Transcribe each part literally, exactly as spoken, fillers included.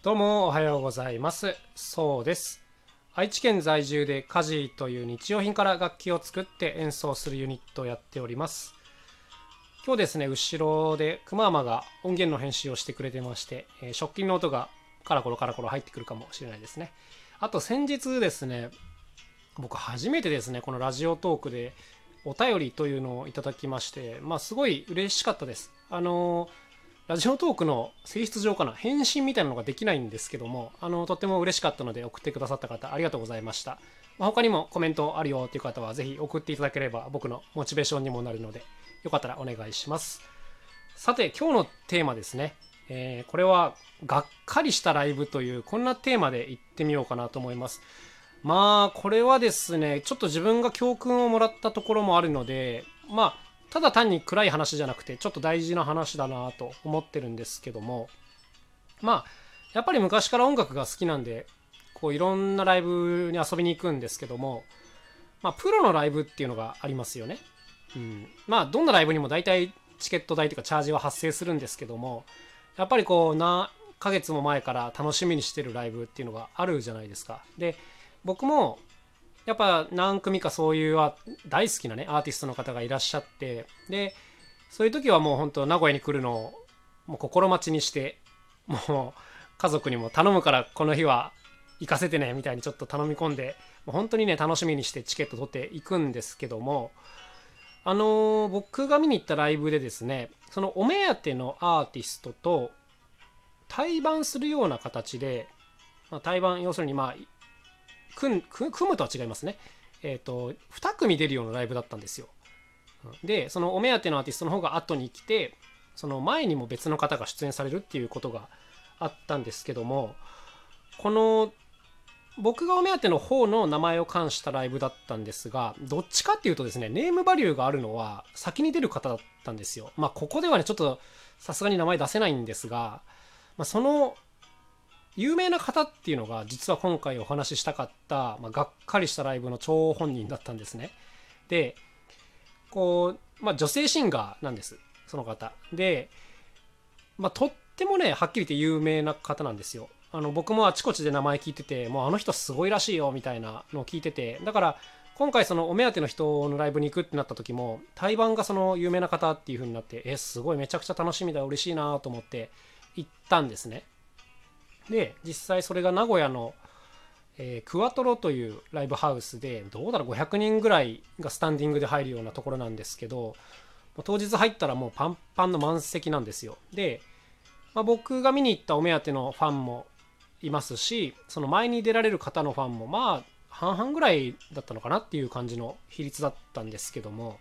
どうもおはようございます。そうです。愛知県在住で家事という日用品から楽器を作って演奏するユニットをやっております。今日ですね、後ろでくままが音源の編集をしてくれてまして、えー食器の音がカラコロカラコロ入ってくるかもしれないですね。あと先日ですね、僕初めてですね、このラジオトークでお便りというのをいただきまして、まあすごい嬉しかったです。あのーラジオトークの性質上かな、返信みたいなのができないんですけども、あのとっても嬉しかったので送ってくださった方ありがとうございました。まあ、他にもコメントあるよっていう方はぜひ送っていただければ僕のモチベーションにもなるので、よかったらお願いします。さて今日のテーマですね、えーこれはがっかりしたライブというこんなテーマでいってみようかなと思います。まあこれはですね、ちょっと自分が教訓をもらったところもあるので、まあただ単に暗い話じゃなくてちょっと大事な話だなと思ってるんですけども、まあやっぱり昔から音楽が好きなんで、こういろんなライブに遊びに行くんですけども、まあプロのライブっていうのがありますよね。うん、まあどんなライブにも大体チケット代というかチャージは発生するんですけども、やっぱりこう何ヶ月も前から楽しみにしてるライブっていうのがあるじゃないですか。で僕もやっぱ何組かそういう大好きなねアーティストの方がいらっしゃって、でそういう時はもう本当名古屋に来るのをもう心待ちにして、もう家族にも頼むからこの日は行かせてねみたいにちょっと頼み込んで、もう本当にね楽しみにしてチケット取っていくんですけども、あのー僕が見に行ったライブでですね、そのお目当てのアーティストと対バンするような形で、まあ、対バン要するにまあ組組むとは違いますね。えっ、とに組出るようなライブだったんですよ。でそのお目当てのアーティストの方が後に来て、その前にも別の方が出演されるっていうことがあったんですけども、この僕がお目当ての方の名前を冠したライブだったんですが、どっちかっていうとですね、ネームバリューがあるのは先に出る方だったんですよ。まあここではねちょっとさすがに名前出せないんですが、まあ、その有名な方っていうのが実は今回お話ししたかった、まあ、がっかりしたライブの張本人だったんですね。でこう、まあ、女性シンガーなんです、その方で。まあ、とってもねはっきり言って有名な方なんですよ。あの僕もあちこちで名前聞いてて、もうあの人すごいらしいよみたいなのを聞いてて、だから今回そのお目当ての人のライブに行くってなった時も対バンがその有名な方っていう風になって、えすごいめちゃくちゃ楽しみだ嬉しいなと思って行ったんですね。で実際それが名古屋の、えークワトロというライブハウスで、どうだろうごひゃくにんぐらいがスタンディングで入るようなところなんですけど、当日入ったらもうパンパンの満席なんですよ。で、まあ、僕が見に行ったお目当てのファンもいますし、その前に出られる方のファンもまあ半々ぐらいだったのかなっていう感じの比率だったんですけども、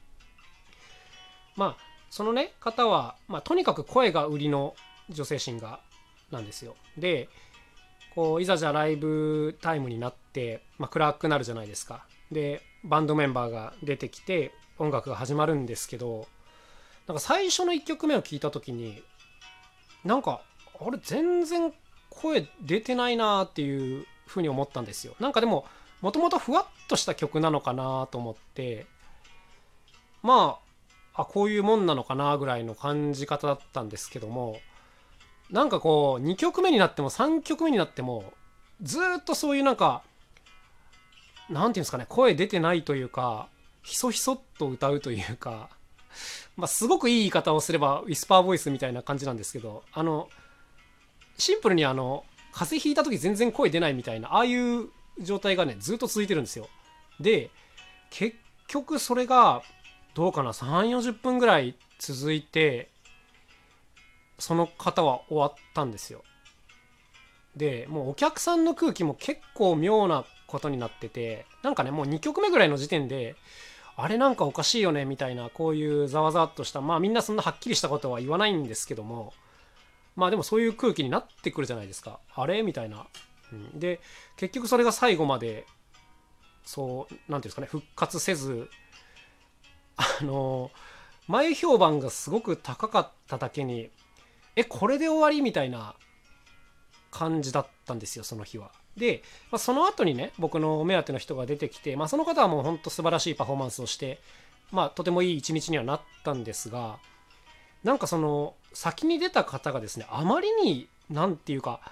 まあそのね方は、まあ、とにかく声が売りの女性シンガーなんですよ。でこういざじゃあライブタイムになって、まあ、暗くなるじゃないですか。でバンドメンバーが出てきて音楽が始まるんですけど、なんか最初のいっきょくめを聞いた時になんかあれ全然声出てないなっていうふうに思ったんですよ。なんかでももともとふわっとした曲なのかなと思って、まああこういうもんなのかなぐらいの感じ方だったんですけども、なんかこうにきょくめになってもさんきょくめになってもずっとそういうなんかなんていうんですかね、声出てないというか、ひそひそっと歌うというか、まあすごくいい言い方をすればウィスパーボイスみたいな感じなんですけど、あのシンプルにあの風邪ひいた時全然声出ないみたいな、ああいう状態がねずっと続いてるんですよ。で結局それがどうかなさんじゅうよんじゅっぷんぐらい続いて、その方は終わったんですよ。でもうお客さんの空気も結構妙なことになってて、なんかねもうにきょくめぐらいの時点であれなんかおかしいよねみたいな、こういうざわざわっとした、まあみんなそんなはっきりしたことは言わないんですけども、まあでもそういう空気になってくるじゃないですか、あれみたいな、うん、で結局それが最後までそうなんていうんですかね復活せず、あの前評判がすごく高かっただけに、えこれで終わりみたいな感じだったんですよ、その日は。で、まあ、その後にね僕のお目当ての人が出てきて、まあ、その方はもうほんと素晴らしいパフォーマンスをして、まあ、とてもいい一日にはなったんですが、なんかその先に出た方がですねあまりになんていうか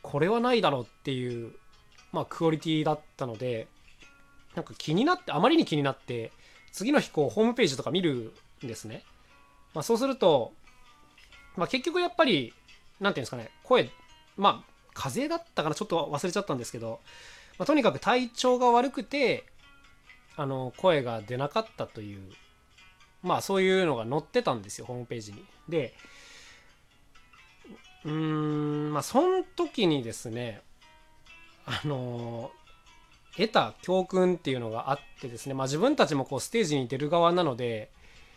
これはないだろうっていう、まあ、クオリティだったので、なんか気になって、あまりに気になって次の日こうホームページとか見るんですね。まあ、そうすると、まあ、結局やっぱりなんていうんですかね、声、まあ風邪だったかな、ちょっと忘れちゃったんですけど、まあ、とにかく体調が悪くてあの声が出なかったという、まあそういうのが載ってたんですよ、ホームページに。で、うーんまあその時にですね、あの得た教訓っていうのがあってですね、まあ自分たちもこうステージに出る側なので、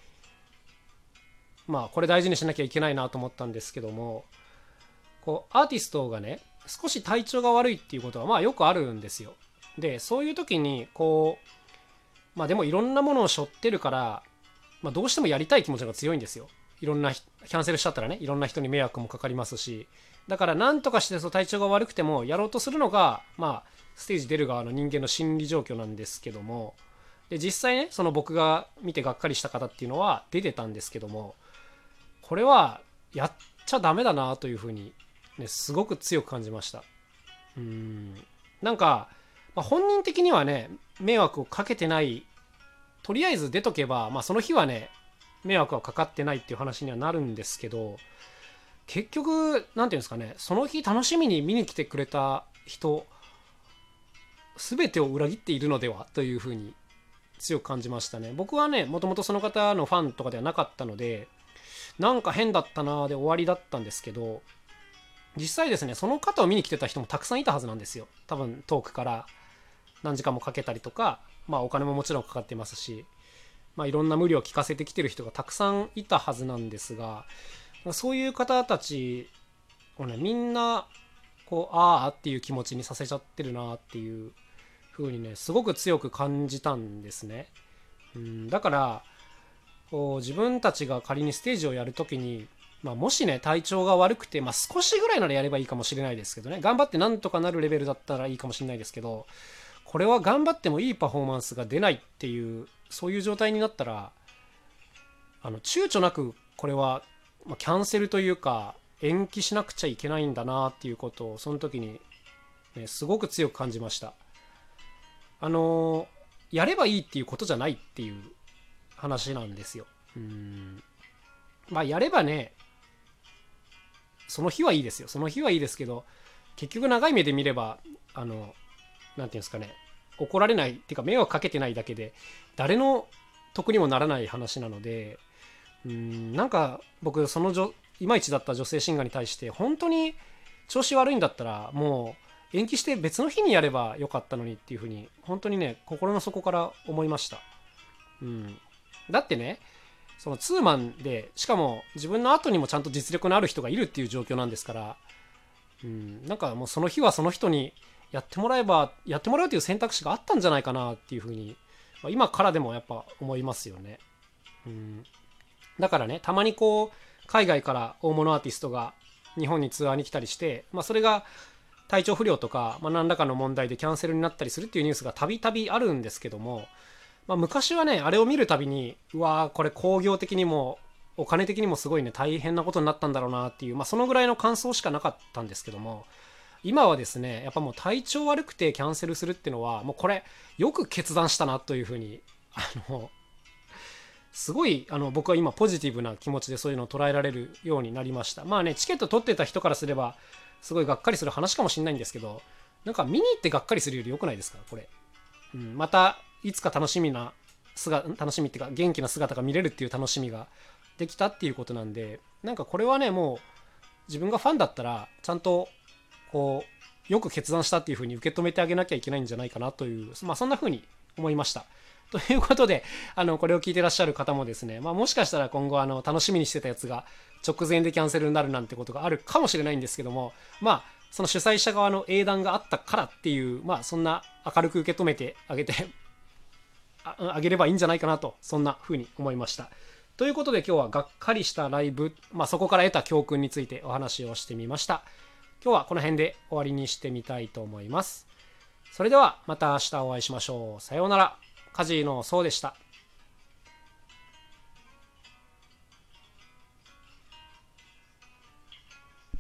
まあこれ大事にしなきゃいけないなと思ったんですけども、こうアーティストがね少し体調が悪いっていうことはまあよくあるんですよ。でそういう時にこうまあでもいろんなものを背負ってるから、まあ、どうしてもやりたい気持ちが強いんですよ。いろんなキャンセルしちゃったらね、いろんな人に迷惑もかかりますし、だから何とかしてそう体調が悪くてもやろうとするのがまあステージ出る側の人間の心理状況なんですけども、で実際ねその僕が見てがっかりした方っていうのは出てたんですけども、これはやっちゃダメだなというふうにね、すごく強く感じました。うーんなんか、まあ、本人的にはね迷惑をかけてない、とりあえず出とけば、まあ、その日はね迷惑はかかってないっていう話にはなるんですけど、結局なんていうんですかね、その日楽しみに見に来てくれた人全てを裏切っているのではというふうに強く感じましたね。僕はねもともとその方のファンとかではなかったので、なんか変だったなーで終わりだったんですけど、実際ですねその方を見に来てた人もたくさんいたはずなんですよ。多分遠くから何時間もかけたりとか、まあお金ももちろんかかってますし、まあいろんな無理を聞かせてきてる人がたくさんいたはずなんですが、そういう方たちをねみんなこうああっていう気持ちにさせちゃってるなっていう風にねすごく強く感じたんですね。うんだからこう自分たちが仮にステージをやるときに、まあ、もしね体調が悪くて、まあ、少しぐらいならやればいいかもしれないですけどね、頑張ってなんとかなるレベルだったらいいかもしれないですけど、これは頑張ってもいいパフォーマンスが出ないっていうそういう状態になったら、あの躊躇なくこれはまあキャンセルというか延期しなくちゃいけないんだなっていうことをその時に、ね、すごく強く感じました。あのやればいいっていうことじゃないっていう話なんですよ。うーんまあやればねその日はいいですよ、その日はいいですけど、結局長い目で見ればあのなんていうんですかね、怒られないっていうか迷惑かけてないだけで誰の得にもならない話なので、うーんなんか僕その女いまいちだった女性シンガーに対して本当に調子悪いんだったらもう延期して別の日にやればよかったのにっていうふうに本当にね心の底から思いました。うんだってねそのツーマンでしかも自分の後にもちゃんと実力のある人がいるっていう状況なんですから、うんなんかもうその日はその人にやってもらえばやってもらうという選択肢があったんじゃないかなっていうふうに、まあ、今からでもやっぱ思いますよね。うんだからねたまにこう海外から大物アーティストが日本にツアーに来たりして、まあ、それが体調不良とか、まあ、何らかの問題でキャンセルになったりするっていうニュースがたびたびあるんですけども、まあ、昔はねあれを見るたびにうわーこれ興行的にもお金的にもすごいね大変なことになったんだろうなっていう、まあ、そのぐらいの感想しかなかったんですけども、今はですねやっぱもう体調悪くてキャンセルするっていうのはもうこれよく決断したなというふうにあのすごいあの僕は今ポジティブな気持ちでそういうのを捉えられるようになりました。まあねチケット取ってた人からすればすごいがっかりする話かもしれないんですけど、なんか見に行ってがっかりするより良くないですかこれ、うん、またいつか楽しみな姿楽しみっていうか元気な姿が見れるっていう楽しみができたっていうことなんで、なんかこれはねもう自分がファンだったらちゃんとこうよく決断したっていう風に受け止めてあげなきゃいけないんじゃないかなという、まあそんな風に思いました。ということであのこれを聞いてらっしゃる方もですね、まあ、もしかしたら今後あの楽しみにしてたやつが直前でキャンセルになるなんてことがあるかもしれないんですけども、まあその主催者側の英断があったからっていう、まあそんな明るく受け止めてあげてああげればいいんじゃないかなと、そんな風に思いました。ということで今日はがっかりしたライブ、まあ、そこから得た教訓についてお話をしてみました。今日はこの辺で終わりにしてみたいと思います。それではまた明日お会いしましょう。さようなら。カジノそうでした。